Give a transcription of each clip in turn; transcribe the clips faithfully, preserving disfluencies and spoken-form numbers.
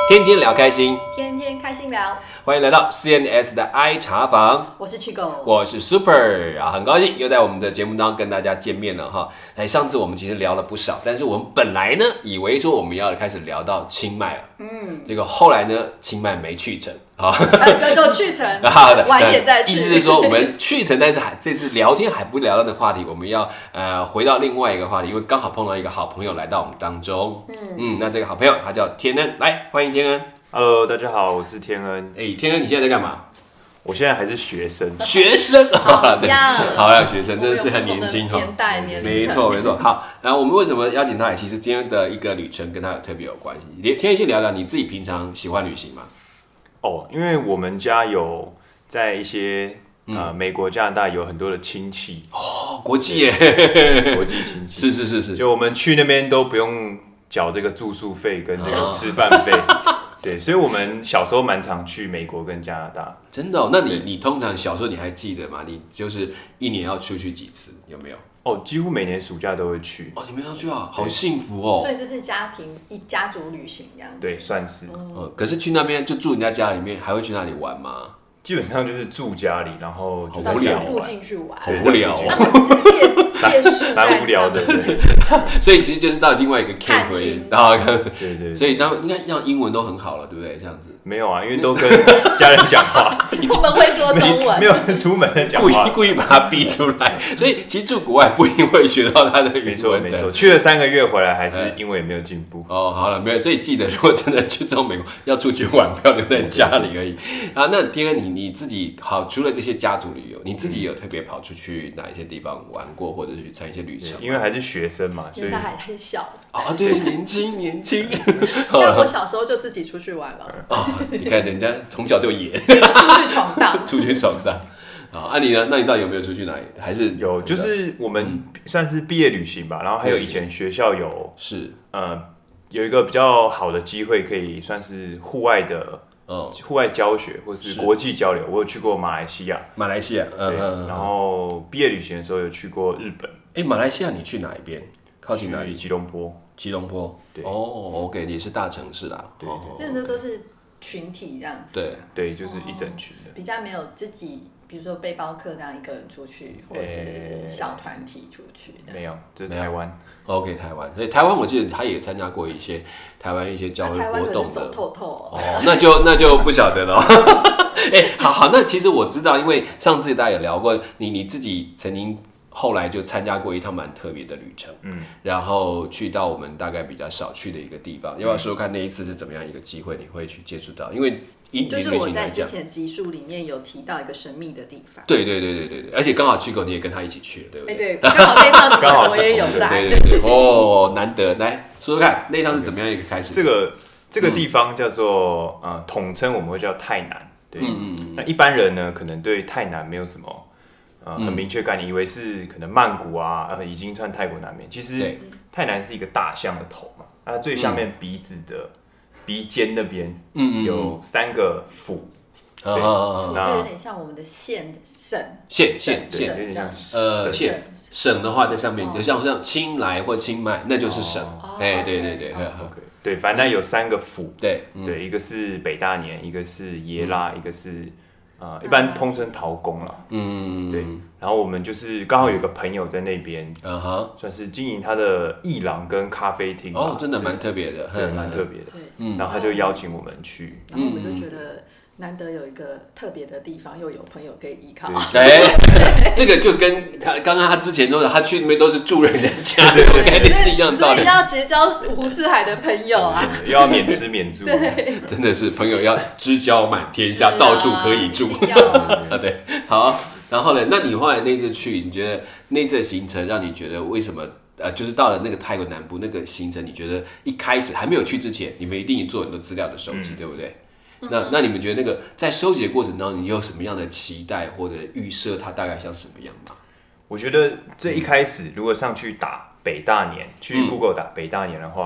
天天聊开心， 天天开心聊。 欢迎来到 C N S 的 I 茶房， 我是 Chico， 我是 Super 啊，很高兴又在我们的节目当中跟大家见面了哈。哎，上次我们其实聊了不少，但是我们本来呢，以为说我们要开始聊到清迈了，嗯，结果后来呢，清迈没去成。好， 呃，都去成，晚点再去。 意思是说，我们去成，但是还这次聊天还不聊到那个话题，我们要呃回到另外一个话题，因为刚好碰到一个好朋友来到我们当中。嗯嗯，那这个好朋友他叫天恩，来欢迎天恩。 Hello， 大家好，我是天恩。 哎、欸，天恩，你现在在干嘛？ 我现在还是学生。 学生啊， 对， 好呀，学生真的是很年轻哈。 年代年龄， 没错没错。好，然后我们为什么邀请他来？其实今天的一个旅程跟他有特别有关系。天恩，先聊聊你自己平常喜欢旅行吗？ 哦，因为我们家有在一些、嗯、呃美国、加拿大有很多的亲戚哦，国际耶， 国际亲戚是是是是， 就我们去那边都不用缴这个住宿费跟这个吃饭费，哦、对，所以我们小时候蛮常去美国跟加拿大。 真的哦？那你你通常小时候你还记得吗？你就是一年要出去几次？有没有？ 哦，几乎每年暑假都会去。 哦，你们要去啊，好幸福哦！ 所以就是家庭一家族旅行这样子。 对，算是。 嗯，可是去那边就住人家家里面，还会去那里玩吗？ 基本上就是住家里，然后就好无聊， 附近去玩， 好无聊哦。只是借借宿， 蛮无聊的。 所以其实就是到另外一个 camp 而已，然后对对， 所以他们应该让英文都很好了，对不对？这样子。 没有啊，因为都跟家人讲话， 我们会说中文， 没有人出门在讲话， 故意故意把他逼出来，所以其实住国外不一定会学到他的语文。 没错没错，去了三个月回来还是英文也没有进步。 哦，好了，没有，所以记得如果真的去这种美国，要出去玩，不要留在家里而已。啊，那天恩你你自己好，除了这些家族旅游，你自己有特别跑出去哪一些地方玩过，或者是去参一些旅程？ 因为还是学生嘛， 所以他还很小。 啊，对，年轻年轻。 但我小时候就自己出去玩了。 啊，你看人家。从小就野， 出去闯荡， 出去闯荡。啊，啊你呢？那你到底有没有出去哪里？还是有？就是我们算是毕业旅行吧，然后还有以前学校有是呃有一个比较好的机会，可以算是户外的呃户外教学或是国际交流。我有去过马来西亚， 马来西亚， 对，然后毕业旅行的时候有去过日本。 哎，马来西亚你去哪一边？靠近哪里？ 吉隆坡。 吉隆坡， 对， 哦 ，OK， 也是大城市啦。 对， 那都都是。群体这样子， 对对，就是一整群的， 比较没有自己，比如说背包客这样一个人出去，或者是小团体出去的， 没有，这是台湾。 OK， 台湾，所以台湾我记得他也参加过一些台湾一些教会活动的， 走透透哦， 那就那就不晓得了。哎，好好，那其实我知道，因为上次大家有聊过，你你自己曾经。后来就参加过一趟蛮特别的旅程，嗯，然后去到我们大概比较少去的一个地方，要不要说看那一次是怎么样一个机会，你会去接触到？因为就是我在之前集数里面有提到一个神秘的地方， 对对对对对对，而且刚好Chico你也跟他一起去了，对不对？ 哎对，刚好那趟刚好我也有在， 对对对，哦，难得，来说说看那趟是怎么样一个开始？ 这个这个地方叫做呃，统称我们会叫泰南，对，嗯嗯，那一般人呢可能对泰南没有什么。呃、很明确概念，以为是可能曼谷啊，呃，已经算泰国南面。其实泰南是一个大象的头嘛，它最下面鼻子的、嗯、鼻尖那边，嗯有三个府， 对，府就有点像我们的县省， 县县县，有点像呃县省的话在上面，就像像清莱或清迈，那就是省。哎，对对对， 对，反正有三个府， 对对，一个是北大年，一个是耶拉，一个是。呃，一般通称陶公啦，嗯，对，然后我们就是刚好有个朋友在那边，嗯哼，算是经营他的艺廊跟咖啡厅， 哦，真的蛮特别的， 对，蛮特别的，对，然后他就邀请我们去， 然后我们就觉得难得有一个特别的地方，又有朋友可以依靠， 哎，这个就跟他刚刚他之前说的，他去那边都是住人家家，对对对，是一样的道理， 所以要结交五湖四海的朋友啊， 又要免吃免住， 对， 真的是朋友要知交满天下，到处可以住，啊对，好，然后呢，那你后来那次去，你觉得那次行程让你觉得为什么？呃，就是到了那个泰国南部那个行程，你觉得一开始还没有去之前，你们一定做很多资料的收集，对不对？那那你们觉得那个在收集的过程当中，你有什么样的期待或者预设它大概像什么样吗？ 我觉得最一开始如果上去打北大年，去 Google 打北大年的话，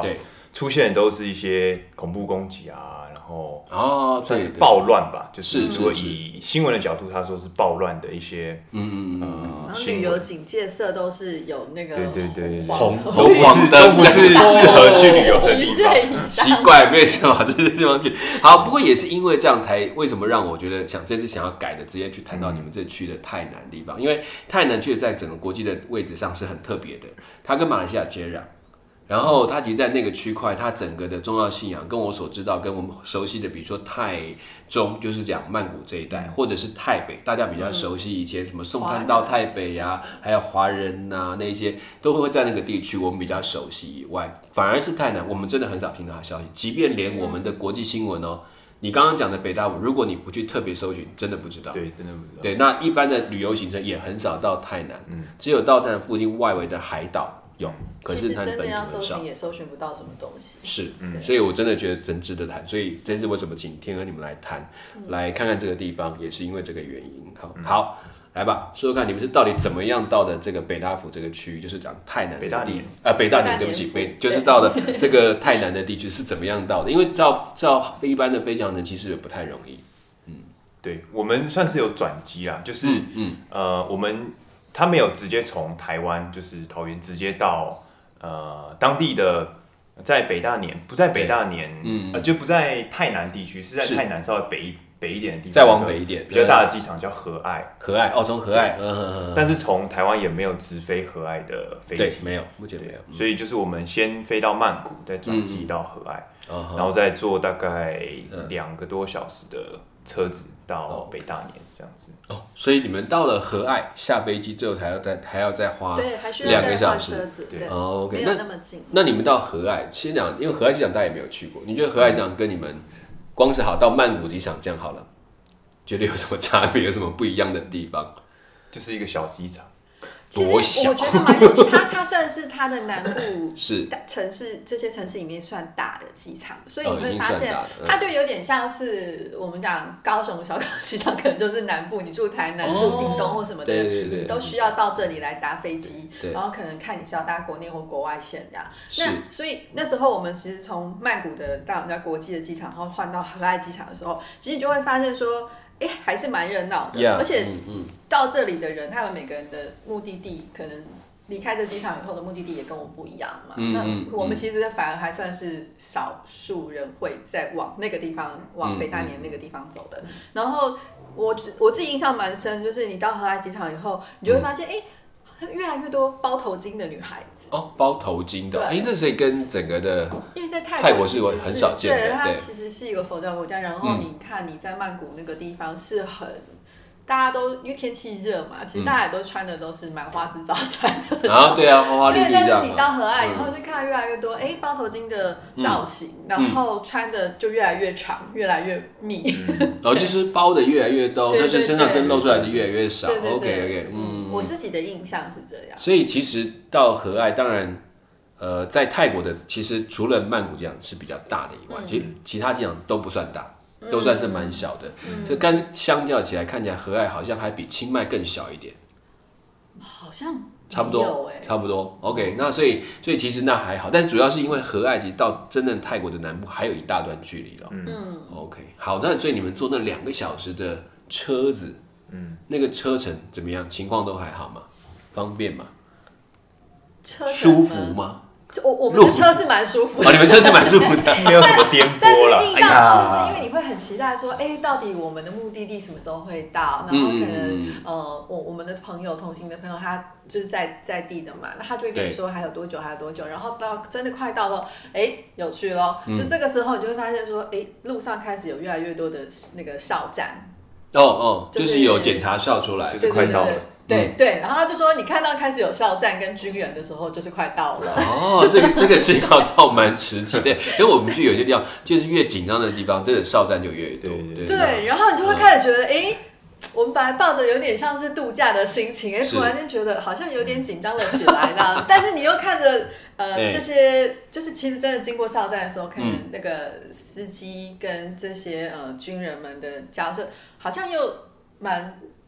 出现的都是一些恐怖攻击啊，然后哦， 算是暴乱吧，就是如果以新闻的角度，他说是暴乱的一些， 嗯嗯嗯，然后旅游警戒色都是有那个对对对红都不是都不是适合去旅游的地方， 奇怪，没有想往这些地方去。好，不过也是因为这样才为什么让我觉得想这次想要改的，直接去谈到你们这区的泰南地方，因为泰南确实在整个国际的位置上是很特别的，它跟马来西亚接壤。然后它其实，在那个区块，它整个的宗教信仰，跟我所知道、跟我们熟悉的，比如说泰中，就是讲曼谷这一带，或者是泰北，大家比较熟悉以前什么宋汉到泰北呀、啊，还有华人呐、啊、那些，都会在那个地区我们比较熟悉以外，反而是泰南，我们真的很少听到它消息，即便连我们的国际新闻哦。你刚刚讲的北大武，如果你不去特别搜寻，真的不知道。 对，真的不知道。 对，那一般的旅游行程也很少到泰南，嗯、只有到泰南附近外围的海岛。有，可是它真的要搜寻也搜寻不到什么东西。 是，嗯，所以我真的觉得真值得谈。所以这次为什么请天和你们来谈，嗯、来看看这个地方，也是因为这个原因。好，嗯、好，来吧，说说看你们是到底怎么样到的这个北大府这个区域，就是讲泰南的地，呃，北大年，对不起，北就是到了这个泰南的地区是怎么样到的？因为照照一般的飞翔人其实也不太容易。 嗯，对，我们算是有转机啦，就是嗯，嗯呃，我们。他没有直接从台湾，就是桃园，直接到呃当地的，在北大年，不在北大年，嗯、呃，就不在泰南地区，是在泰南稍微北北一点的地方， 再往北一点， 比较大的机场叫和爱， 和爱哦，从和爱，嗯嗯嗯， 但是从台湾也没有直飞和爱的飞机， 没有，目前没有， 嗯、所以就是我们先飞到曼谷，再转机到和爱，嗯、然后再坐大概两个多小时的车子到北大年这样子。 哦，所以你们到了和爱下飞机之后，还要再还要再花两个小时， 对， 哦 ，OK， 没有那么近。 那你们到和爱，先讲，因为和爱机场大家也没有去过，你觉得和爱机场跟你们光是好到曼谷机场这样好了，觉得有什么差别？有什么不一样的地方？ 就是一个小机场。 其实我觉得蛮有趣，它它算是它的南部是城市这些城市里面算大的机场，所以你会发现它就有点像是我们讲高雄小港机场，可能就是南部，你住台南、住屏东或什么的，你都需要到这里来搭飞机，然后可能看你是要搭国内或国外线的。那所以那时候我们其实从曼谷的到我们家国际的机场，然后换到和爱机场的时候，其实你就会发现说。哎、欸，还是蛮热闹的， yeah, 而且到这里的人，他们每个人的目的地，可能离开这机场以后的目的地也跟我们不一样嘛。嗯、那我们其实反而还算是少数人会再往那个地方，往北大年那个地方走的。嗯、然后我我自己印象蛮深，就是你到和爱机场以后，你就会发现，哎、欸，越来越多包头巾的女孩子。 哦，包头巾的，哎，那所以跟整个的， 因为在泰国国是很少见的， 对，它其实是一个佛教国家。然后你看你在曼谷那个地方是很，大家都因为天气热嘛，其实大家也都穿的都是蛮花枝招展的。 啊，对啊，花花绿绿这样。 对，但是你到和爱以后，就看到越来越多，哎，包头巾的造型，然后穿的就越来越长，越来越密。 然后就是包的越来越多，但是身上跟露出来的越来越少。OK OK， 嗯， 我自己的印象是这样。 所以其实到和爱，当然。呃，在泰国的其实除了曼谷机场是比较大的以外，嗯、其实其他机场都不算大，嗯、都算是蛮小的。嗯、所以但是相较起来，看起来和爱好像还比清迈更小一点。 好像差不多，欸、差不多。OK， 那所以所以其实那还好，但主要是因为和爱其实到真正泰国的南部还有一大段距离了。嗯 ，OK， 好，那所以你们坐那两个小时的车子，嗯，那个车程怎么样？情况都还好吗？方便吗？舒服吗？ 我我们的车是蛮舒服的， 哦，你们车是蛮舒服的， 没有什么颠簸啦。 但是印象中就是因为你会很期待说，哎、欸，到底我们的目的地什么时候会到？然后可能、嗯、呃，我我们的朋友同行的朋友，他就是在在地的嘛，那他就会跟你说还有多久，还有多久。然后到真的快到了，哎、欸，有趣咯。嗯、就这个时候，你就会发现说，哎、欸，路上开始有越来越多的那个哨站。 哦哦，就是、就是有检查哨出来， 就是快到了。 对对对对、嗯、对，然后他就说，你看到开始有哨站跟军人的时候，就是快到了。 哦，这个这个信号倒蛮实际，对，因为我们去有些地方，就是越紧张的地方，这个哨站就越多。 对，对对，然后你就会开始觉得，哎、嗯。我们本来抱着有点像是度假的心情，哎，突然间觉得好像有点紧张了起来呢。但是你又看着呃这些，就是其实真的经过哨站的时候，可能那个司机跟这些呃军人们的交涉，好像又蛮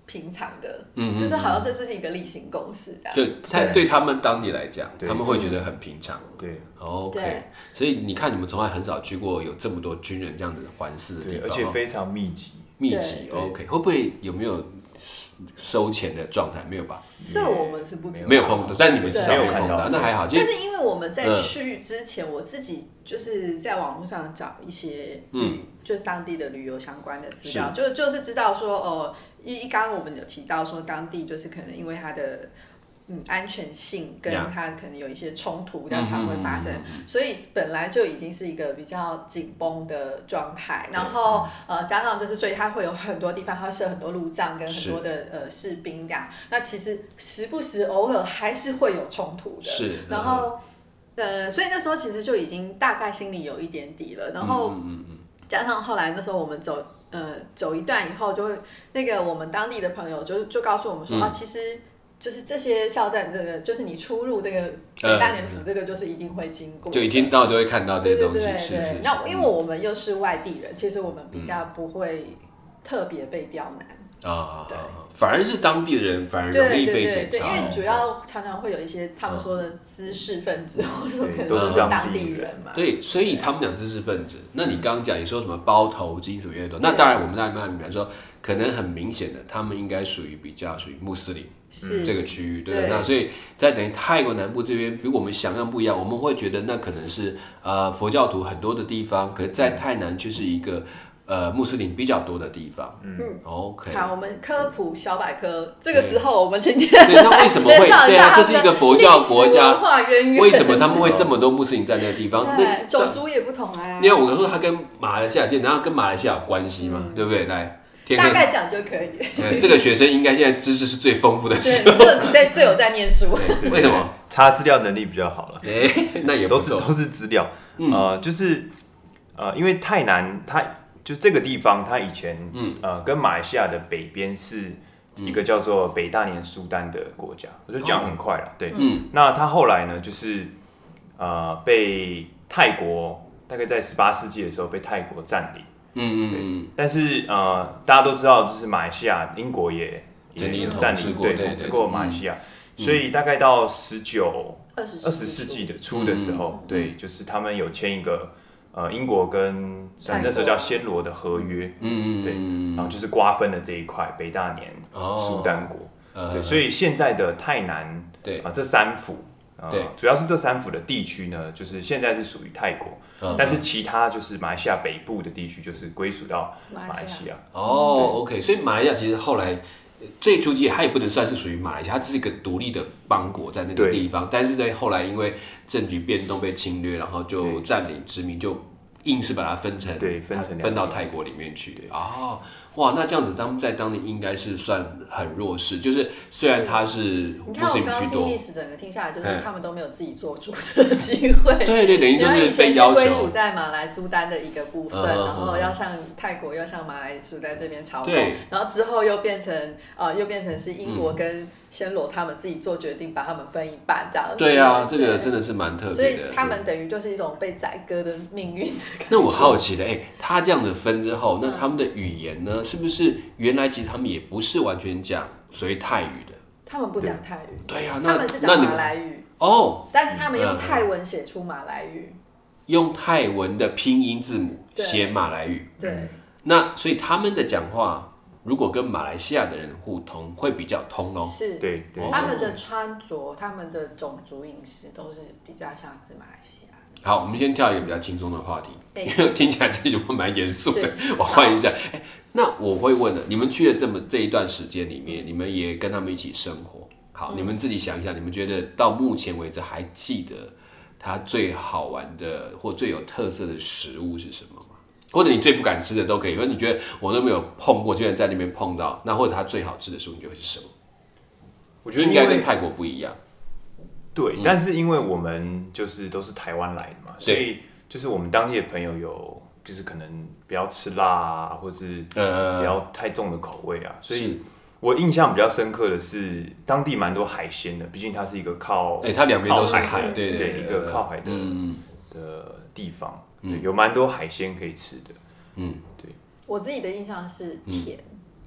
平常的，嗯，就是好像这是一个例行公事的， 就在对他们当地来讲，他们会觉得很平常， 对 ，OK， 所以你看你们从来很少去过有这么多军人这样子环视的地方， 而且非常密集， 密集 ，OK， 会不会有没有收钱的状态？没有吧？ 这我们是不知道， 没有碰到，但你们至少没有碰到，那还好。 但是因为我们在去之前，我自己就是在网络上找一些嗯，就是当地的旅游相关的资料，就就是知道说哦。一刚刚我们有提到说，当地就是可能因为它的嗯安全性跟它可能有一些冲突，这样常会发生，所以本来就已经是一个比较紧绷的状态。然后呃加上就是，所以它会有很多地方，它会设很多路障跟很多的呃士兵这样。那其实时不时偶尔还是会有冲突的。 是。 然后呃，所以那时候其实就已经大概心里有一点底了。然后加上后来那时候我们走。呃，走一段以后，就会那个我们当地的朋友就就告诉我们说、嗯、啊，其实就是这些校站，这个就是你出入这个北大年府，这个就是一定会经过， 就一听到就会看到这些东西。 对对对是是是。 那因为我们又是外地人，其实我们比较不会特别被刁难。 啊、嗯，对，反而是当地的人反而容易被检查， 对对对对，因为主要常常会有一些他们说的知识分子，或者说可能都是当地人嘛。 对，所以他们讲知识分子，那你刚刚讲你说什么包头巾什么越多，那当然我们在慢慢比方说，可能很明显的，他们应该属于比较属于穆斯林这个区域，对不对？那所以在等于泰国南部这边，比我们想象不一样，我们会觉得那可能是呃佛教徒很多的地方，可是在泰南却是一个。呃，穆斯林比较多的地方，嗯 ，OK。 好，我们科普小百科，这个时候我们今天对，那为什么会？对啊，这是一个佛教国家， 文化渊源为什么他们会这么多穆斯林在那个地方？ 对，种族也不同啊。 你看，我说他跟马来西亚，然后跟马来西亚有关系嘛，嗯、对不对？来， 大概讲就可以。 这个学生应该现在知识是最丰富的时候， 对，你在最有在念书。 为什么？ 查资料能力比较好了。 哎，那也不都是都是资料，嗯、呃，就是呃，因为泰南它。就这个地方，它以前、嗯呃、跟马来西亚的北边是一个叫做北大年苏丹的国家，我就讲很快了，哦、对，嗯，那它后来呢，就是呃被泰国大概在十八世纪的时候被泰国占领，嗯嗯嗯，但是呃大家都知道，就是马来西亚英国也也占领对统治过马来西亚，嗯、所以大概到十九二十世纪的初的时候，嗯、对，就是他们有签一个。呃，英国跟那时候叫暹罗的合约，嗯对，然后就是瓜分了这一块北大年苏丹国，哦、对，所以现在的泰南，对啊、呃、这三府，呃、对，主要是这三府的地区呢，就是现在是属于泰国，嗯、但是其他就是马来西亚北部的地区就是归属到马来西亚。 哦 ，OK， 所以马来西亚其实后来。最初期它也不能算是属于马来西亚，它只是一个独立的邦国在那个地方，但是在后来因为政局变动被侵略，然后就占领殖民，就硬是把它分成对分成分到泰国里面去。哦，哇，那这样子他们在当地应该是算很弱势，就是虽然他是你看我刚刚听历史整个听下来，就是他们都没有自己做主的机会。 对对，等于就是被要求。 归属在马来苏丹的一个部分，嗯、然后要向泰国，要向马来苏丹这边朝贡，然后之后又变成呃，又变成是英国跟暹罗他们自己做决定，把他们分一半这样子。 对啊，这个真的是蛮特别的。 所以他们等于就是一种被宰割的命运的感觉。 那我好奇了，哎、欸，他这样子分之后，那他们的语言呢？是不是原来其实他们也不是完全讲所谓泰语的？ 他们不讲泰语， 对呀、啊， 他们是讲马来语哦， 但是他们用泰文写出马来语， 用泰文的拼音字母写马来语。 对， 那所以他们的讲话，如果跟马来西亚的人互通，会比较通哦。 是， 对对， 他们的穿着、他们的种族饮食都是比较像是马来西亚。 好，我们先跳一个比较轻松的话题，因为听起来这句话蛮严肃的。我换一下，欸，那我会问了，你们去了这么这一段时间里面，你们也跟他们一起生活。好，嗯、你们自己想一想，你们觉得到目前为止还记得它最好玩的或最有特色的食物是什么吗？或者你最不敢吃的都可以，因为你觉得我都没有碰过，居然在那边碰到，那或者它最好吃的食物，你觉得会是什么？我觉得应该跟泰国不一样。 对，嗯、但是因为我们就是都是台湾来的嘛，所以就是我们当地的朋友有就是可能不要吃辣啊，或是不要太重的口味啊，所以我印象比较深刻的是当地蛮多海鲜的，毕竟它是一个靠， 哎、欸，它两边都是海，对对, 对, 对一个靠海的、嗯、的地方，嗯、有蛮多海鲜可以吃的，嗯，对。 我自己的印象是甜。嗯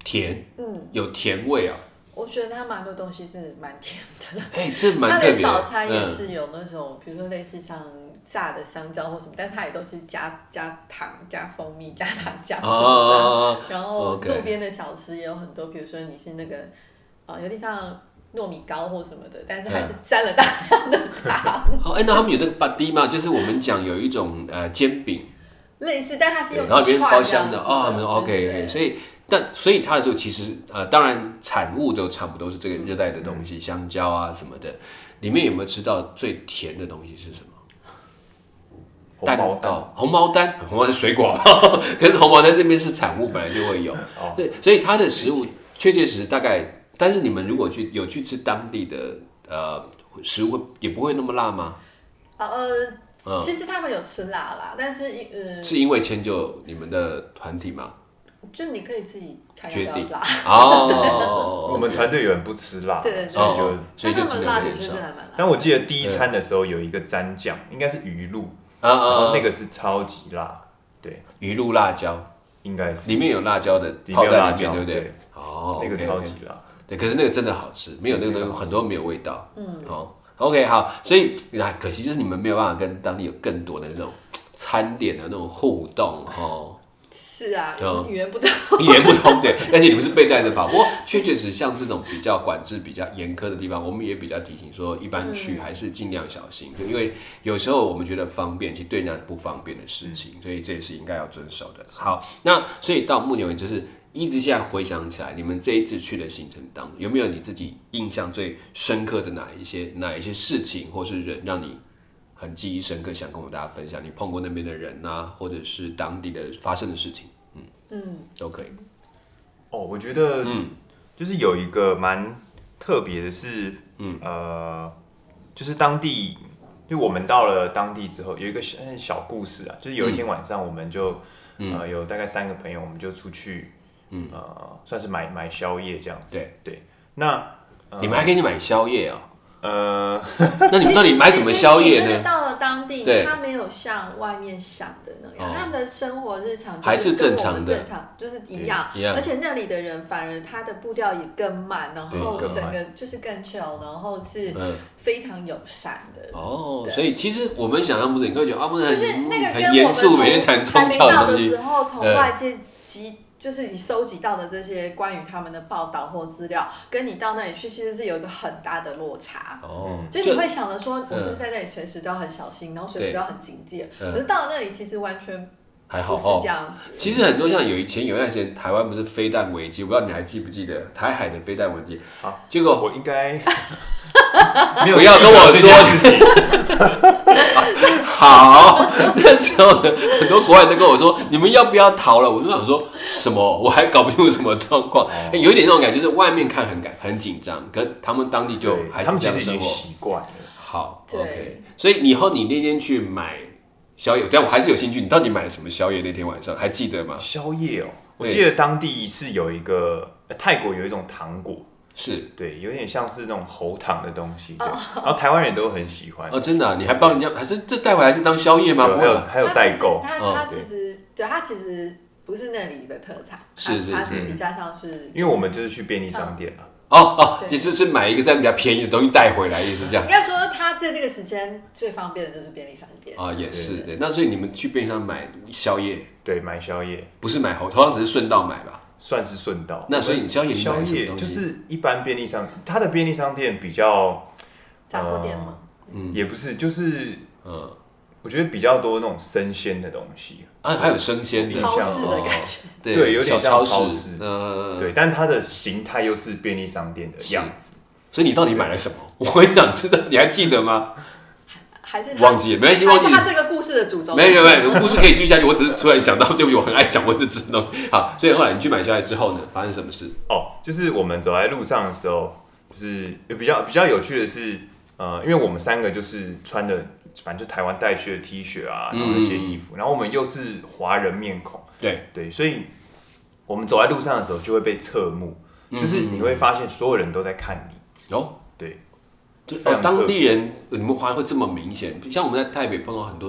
甜，嗯，有甜味啊。 我觉得它蛮多东西是蛮甜的。 哎、欸，这蛮特别的。 它的早餐也是有那种，比、嗯、如说类似像炸的香蕉或什么，但它也都是加加糖、加蜂蜜、加糖、加fruit、哦、然后路边的小吃也有很多，比如说你是那个呃有点像糯米糕或什么的，但是还是沾了大量的糖。 哦，哎、欸，那他们有那个巴蒂吗？就是我们讲有一种呃煎饼， 类似，但它是用然后里面包香的哦。OK OK， 所以。但所以它的时候其实呃，当然产物都差不多是这个热带的东西，嗯、香蕉啊什么的。里面有没有吃到最甜的东西是什么？ 红毛丹， 红毛丹，红毛丹是水果，可是红毛丹这边是产物，本来就会有。哦、对，所以它的食物确确实实大概，但是你们如果去有去吃当地的呃食物，也不会那么辣吗？ 呃。嗯、其实他们有吃辣啦，但是呃， 是因为迁就你们的团体吗？ 就你可以自己决定辣哦。我们团队有人不吃辣， 对对对， 所以就所以就真的辣确实还蛮辣。 但我记得第一餐的时候有一个蘸酱，应该是鱼露，然后那个是超级辣，对， 鱼露辣椒应该是里面有辣椒的泡在里面，对不对？ 哦，那个超级辣， 对，可是那个真的好吃，没有那个东西很多没有味道，嗯，好。OK， 好，所以啊，可惜就是你们没有办法跟当地有更多的那种餐点的那种互动哦。 是啊，语言不通， 语言不通，对，而且你们是被带着跑。不过确确实像这种比较管制比较严苛的地方，我们也比较提醒说，一般去还是尽量小心，嗯、因为有时候我们觉得方便，其实对人家不方便的事情，所以这也是应该要遵守的。好，那所以到目前为止是。一直现在回想起来，你们这一次去的行程当中，有没有你自己印象最深刻的哪一些哪一些事情或是人，让你很记忆深刻，想跟我们大家分享？你碰过那边的人啊，或者是当地的发生的事情，嗯嗯，都可以。 哦，我觉得，嗯，就是有一个蛮特别的是，嗯呃，就是当地，就我们到了当地之后，有一个小小故事啊，就是有一天晚上，我们就、嗯、呃有大概三个朋友，我们就出去。嗯呃，算是买买宵夜这样子。对对，那、 呃、你们还给你买宵夜哦？ 呃， 那你们到底买什么宵夜呢？ 真的到了当地，他没有像外面想的那样，哦、他们的生活日常还是正常的， 正常就是一样，而且那里的人反而他的步调也更慢，然后整个就是更 chill， 然后是非常友善的。 哦，所以其实我们想象不是，你会觉得啊，不是很就是那个很严肃，每天谈宗教的东西。 时候从外界集。就是你收集到的这些关于他们的报道或资料，跟你到那里去其实是有一个很大的落差。哦，就你会想着说，我是不是在那里随时都要很小心，然后随时都要很警戒？嗯、可是到了那里，其实完全还好， 不是这样子。 其实很多像有以前有一段时间，台湾不是飞弹危机，我不知道你还记不记得台海的飞弹危机？ 好， 结果我应该没有不要跟我说。好，那时候呢，很多国外都跟我说，你们要不要逃了？我就想说什么，我还搞不清楚什么状况，哦欸、有一点那种感觉，就是外面看很很紧张，可是他们当地就还是这样生活，他们其实已经习惯了。 好 ，OK， 所以以后你那天去买宵夜，但我还是有兴趣，你到底买了什么宵夜？那天晚上还记得吗？ 宵夜哦，我记得当地是有一个、呃、泰国有一种糖果。是对，有点像是那种喉糖的东西，对， oh. 然后台湾人都很喜欢。 哦，真的、啊，你还帮人家，还是这带回来是当宵夜吗？ 还有还有代购。 它它其实对它其实不是那里的特产， 是是它是比较像是， 因为我们就是去便利商店啊。 哦哦，其实是买一个这样比较便宜的东西带回来，也是这样。 应该说，他在那个时间最方便的就是便利商店啊，也是对。那所以你们去便利商店买宵夜， 对，买宵夜不是买喉，头上只是顺道买吧。 算是顺道， 那所以你宵夜你宵夜就是一般便利商，它的便利商店比较杂货店吗？ 嗯，也不是，就是嗯，我觉得比较多那种生鲜的东西啊，还有生鲜的超市的感觉， 对，有点像超市， 嗯， 对，但它的形态又是便利商店的样子。 所以你到底买了什么？我很想知道，你还记得吗？ 还是忘记了，没关系，忘记了。 他这个故事的主轴没有没有，故事可以继续下去。我只是突然想到，对不起，我很爱讲文字这种。好，所以后来你去买下来之后呢，发生什么事？ 哦，就是我们走在路上的时候，就是有比较比较有趣的是，呃，因为我们三个就是穿的，反正就台湾带去的 T 恤啊，然后那些衣服，嗯、然后我们又是华人面孔， 对对，所以我们走在路上的时候就会被侧目，嗯、就是你会发现所有人都在看你。 哦， 对。 哦，当地人你们华人会这么明显？像我们在台北碰到很多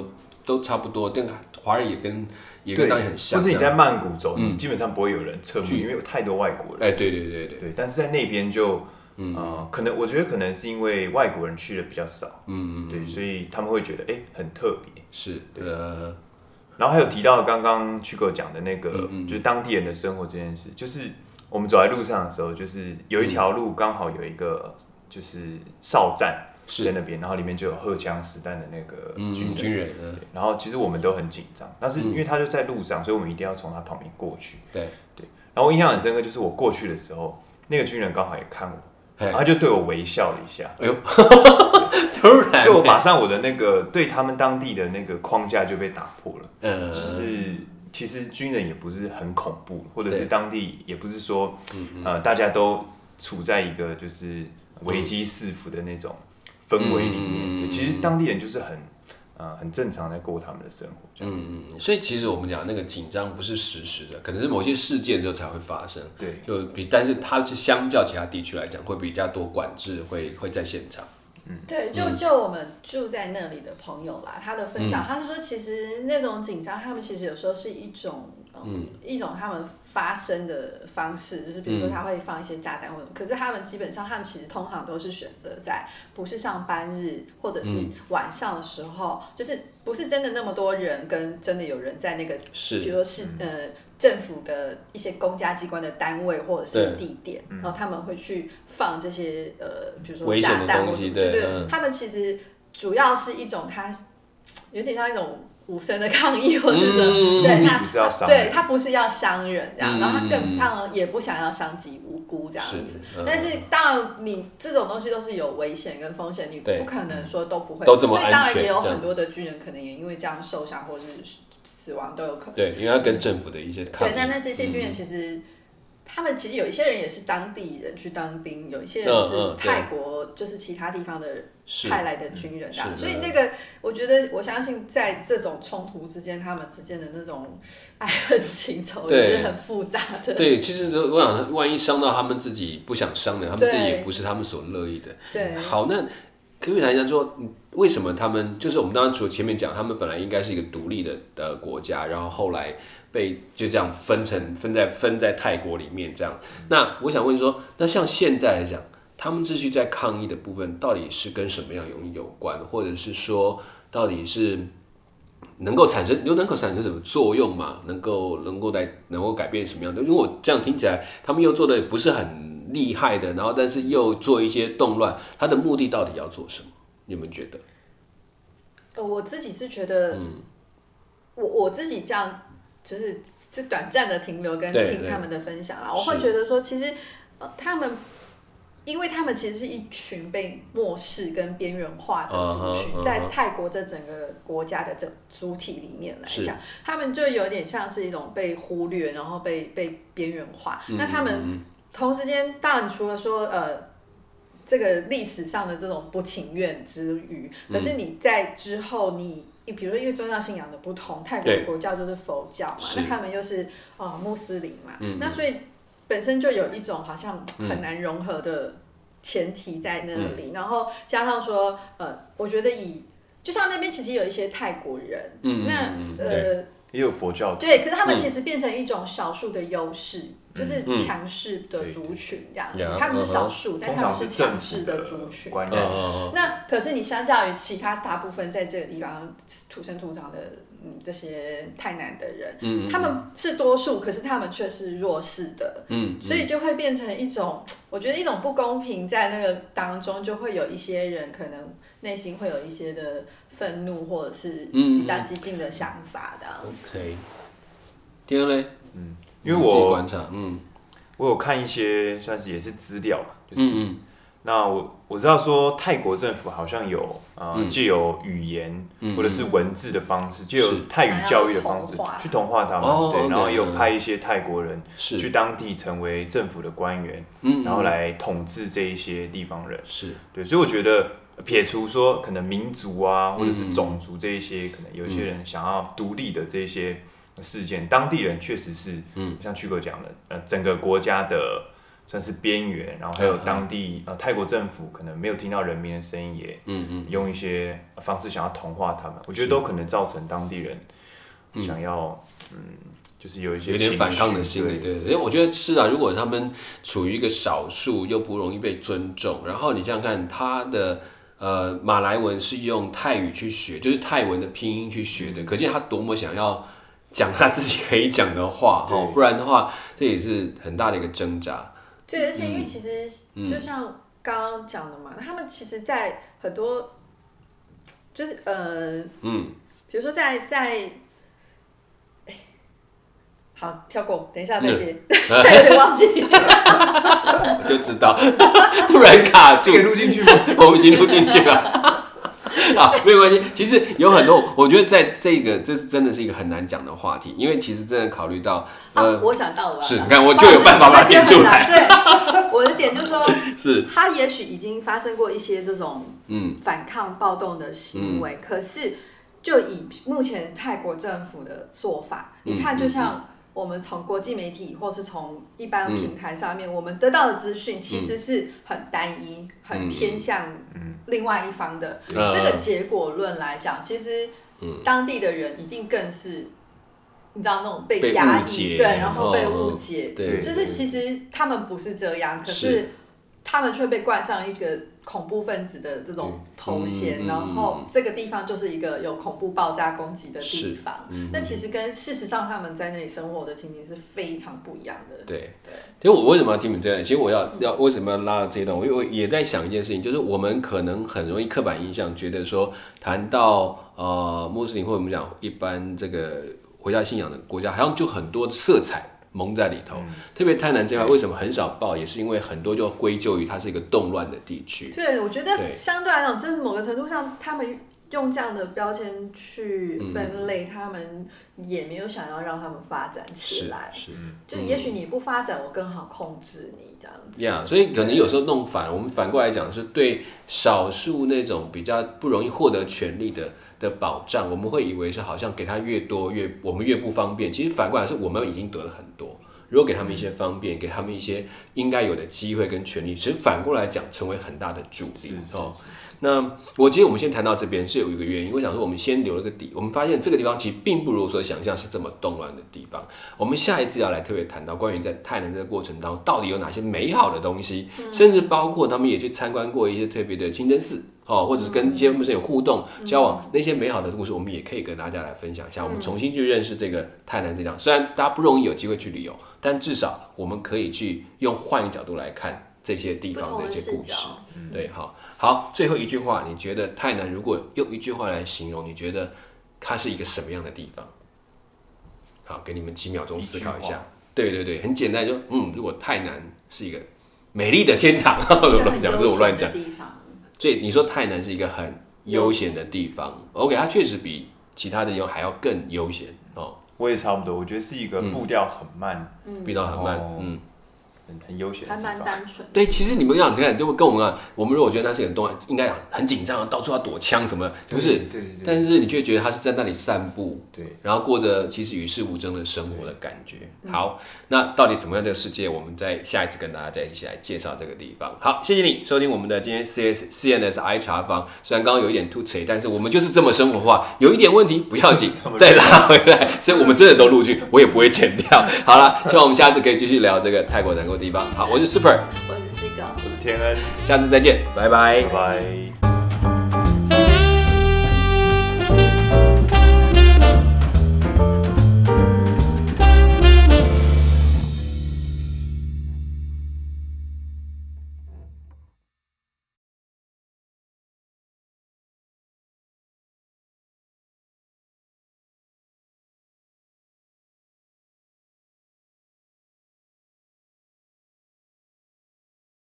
都差不多，跟华人也跟也跟当地很像。 或是你在曼谷走，嗯、你基本上不会有人侧目，因为有太多外国人。 哎、欸，对对对 对, 对。但是在那边就，嗯、呃，可能我觉得可能是因为外国人去的比较少，嗯嗯，对，所以他们会觉得哎、欸、很特别。 是，呃。 然后还有提到刚刚曲哥讲的那个，嗯嗯就是当地人的生活这件事，就是我们走在路上的时候，就是有一条路刚好有一个就是哨站在那边，然后里面就有荷枪实弹的那个军人，嗯、军人然后其实我们都很紧张，但是因为他就在路上，所以我们一定要从他旁边过去。 对对。然后我印象很深刻，就是我过去的时候，那个军人刚好也看我。然后他就对我微笑了一下，哎呦， 突然， 就马上我的那个对他们当地的那个框架就被打破了。嗯，就是其实军人也不是很恐怖，或者是当地也不是说，呃，大家都处在一个就是危机四伏的那种氛围里面。嗯、其实当地人就是很。呃，很正常在过他们的生活，这样子。 嗯，所以其实我们讲那个紧张不是实时的，可能是某些事件之后才会发生。 对， 就比，但是它是相较其他地区来讲，会比较多管制，会会在现场。 嗯，对，就就我们住在那里的朋友啦，他的分享，嗯、他是说，其实那种紧张，他们其实有时候是一种，嗯，嗯一种他们发声的方式，就是比如说他会放一些炸弹或者，嗯、可是他们基本上，他们其实通常都是选择在不是上班日或者是晚上的时候，嗯、就是不是真的那么多人跟真的有人在那个， 是， 比如说是呃。政府的一些公家机关的单位或者是地点，然后他们会去放这些呃，比如说炸弹或什么，对对，嗯、他们其实主要是一种，它有点像一种无声的抗议，或者是、嗯、对他，对他不是要伤人这样，嗯、然后他更当然也不想要伤及无辜这样子，嗯、但是当然你这种东西都是有危险跟风险，你不可能说都不会， 都这么安全， 所以当然也有很多的军人可能也因为这样受伤或者是。死亡都有可能。 对，因为要跟政府的一些抗议。 对，那那这些军人其实，嗯、他们其实有一些人也是当地人去当兵，有一些人是泰国，嗯嗯、就是其他地方的派来的军人啊。所以那个，我觉得我相信在这种冲突之间，他们之间的那种爱恨情仇也是很复杂的。 对，其实我想，万一伤到他们自己不想伤的，他们自己也不是他们所乐意的。 对。 好，那可不可以谈一下说？为什么他们就是我们当然除了前面讲，他们本来应该是一个独立的呃国家，然后后来被就这样分成分在分在泰国里面这样。那我想问说，那像现在来讲，他们继续在抗议的部分，到底是跟什么样有有关，或者是说到底是能够产生又能够产生什么作用嘛？能够能够来能够改变什么样的？因为我这样听起来，他们又做的不是很厉害的，然后但是又做一些动乱，他的目的到底要做什么？你们觉得？ 呃，我自己是觉得，嗯、我我自己这样就是就短暂的停留跟听他们的分享啦，我会觉得说，其实呃他们，因为他们其实是一群被漠视跟边缘化的族群， uh-huh, uh-huh. 在泰国这整个国家的这主体里面来讲，他们就有点像是一种被忽略，然后被被边缘化。嗯、那他们同时间，当然除了说呃。这个历史上的这种不情愿之余，可是你在之后你，你比如说因为宗教信仰的不同，泰国的国教就是佛教嘛，那他们又是呃穆斯林嘛，嗯、那所以本身就有一种好像很难融合的前提在那里，嗯、然后加上说呃，我觉得以就像那边其实有一些泰国人，嗯、那呃也有佛教， 对，可是他们其实变成一种少数的优势。嗯就是强势的族群这样子，嗯、他们是少数，嗯、但他们是强势的族群。对，那可是你相较于其他大部分在这个地方土生土长的嗯这些泰南的人，嗯、他们是多数，可是他们却是弱势的，嗯、所以就会变成一种，我觉得一种不公平，在那个当中就会有一些人可能内心会有一些的愤怒，或者是比较激进的想法的。 嗯、OK， 第二类， 嗯。因为我嗯，我有看一些算是也是资料吧，就是嗯嗯那我我知道说泰国政府好像有呃借由语言或者是文字的方式，借由泰语教育的方式去同化他们，哦、对，然后也有派一些泰国人去当地成为政府的官员，然后来统治这一些地方人， 是对， 所以我觉得撇除说可能民族啊或者是种族这一些，可能有些人想要独立的这些。事件，当地人确实是，嗯，像曲哥讲的，呃，整个国家的算是边缘，然后还有当地、呃、泰国政府可能没有听到人民的声音，也嗯嗯用一些方式想要同化他们，我觉得都可能造成当地人想要嗯。就是有一些有点反抗的心理，对，因为我觉得是啊，如果他们处于一个少数又不容易被尊重，然后你想想看，他的呃马来文是用泰语去学，就是泰文的拼音去学的，可见他多么想要讲他自己可以讲的话，哦，不然的话，这也是很大的一个挣扎。 对，而且因为其实就像刚刚讲的嘛，嗯、他们其实，在很多就是呃嗯，比如说在在。好，跳过，等一下再接，现在有点忘记， 我就知道，突然卡住， 可以录进去吗？ 我们已经录进去了。啊，没有关系。其实有很多，我觉得在这个，这是真的是一个很难讲的话题，因为其实真的考虑到， 呃，啊、我想到了， 是，你看我就有办法把它点出来。 对，我的点就是说， 是， 他也许已经发生过一些这种嗯反抗暴动的行为，嗯、可是就以目前泰国政府的做法，嗯、你看，就像。嗯嗯我们从国际媒体或是从一般平台上面，嗯、我们得到的资讯其实是很单一、嗯、很偏向另外一方的。嗯、这个结果论来讲，其实当地的人一定更是，你知道那种被压抑，对，然后被误解， 对， 就是其实他们不是这样，可是他们却被冠上一个恐怖分子的这种头衔，嗯、然后这个地方就是一个有恐怖爆炸攻击的地方。嗯、那其实跟事实上他们在那里生活的情景是非常不一样的。 对对，因为我为什么要听你们这样？其实我要要为什么要拉到这一段？我也在想一件事情，就是我们可能很容易刻板印象，觉得说谈到呃穆斯林或者我们讲一般这个回教信仰的国家，好像就很多色彩。蒙在里头，嗯、特别台南这块为什么很少报，也是因为很多就归咎于它是一个动乱的地区。 对，我觉得相对来讲，就是某个程度上，他们用这样的标签去分类，嗯、他们也没有想要让他们发展起来。是，是就也许你不发展，我更好控制你这样子。呀、 yeah, 所以可能有时候弄反，我们反过来讲，是对少数那种比较不容易获得权利的。的保障，我们会以为是好像给他越多越我们越不方便，其实反过来是我们已经得了很多。如果给他们一些方便，给他们一些应该有的机会跟权利，其实反过来讲成为很大的助力哦。那我其实我们先谈到这边是有一个原因，我想说我们先留了个底，我们发现这个地方其实并不如所想象是这么动乱的地方。我们下一次要来特别谈到关于在泰南这个过程当中到底有哪些美好的东西，嗯、甚至包括他们也去参观过一些特别的清真寺。哦，或者是跟一些穆斯林有互动、嗯、交往，那些美好的故事，我们也可以跟大家来分享一下。嗯、我们重新去认识这个泰南这样，虽然大家不容易有机会去旅游，但至少我们可以去用换一个角度来看这些地方的一些故事。嗯、对，好，好，最后一句话，你觉得泰南如果用一句话来形容，你觉得它是一个什么样的地方？好，给你们几秒钟思考一下。对对对，很简单，就嗯，如果泰南是一个美丽的天堂，我乱讲，这是我乱讲。所以你说泰南是一个很悠闲的地方 ，OK， 它确实比其他的地方还要更悠闲哦。 我也差不多，我觉得是一个步调很慢， 嗯、步调很慢，嗯。 很, 很悠闲， 还蛮单纯。 对，其实你们讲看，就跟我们讲，我们如果觉得他是很动，应该很紧张，到处要躲枪什么，不是？对对对。但是你却觉得他是在那里散步，对，然后过着其实与世无争的生活的感觉。好，那到底怎么样的世界？我们在下一次跟大家再一起来介绍这个地方。好，谢谢你收听我们的今天 C S C N S I 茶坊。虽然刚刚有一点突扯，但是我们就是这么生活化，有一点问题不要紧，再拉回来。所以我们真的都录去，我也不会剪掉。好了，希望我们下次可以继续聊这个泰国南国地方。好，我是 Super， 我是七狗， 我是天恩， 下次再见，拜拜， 拜拜。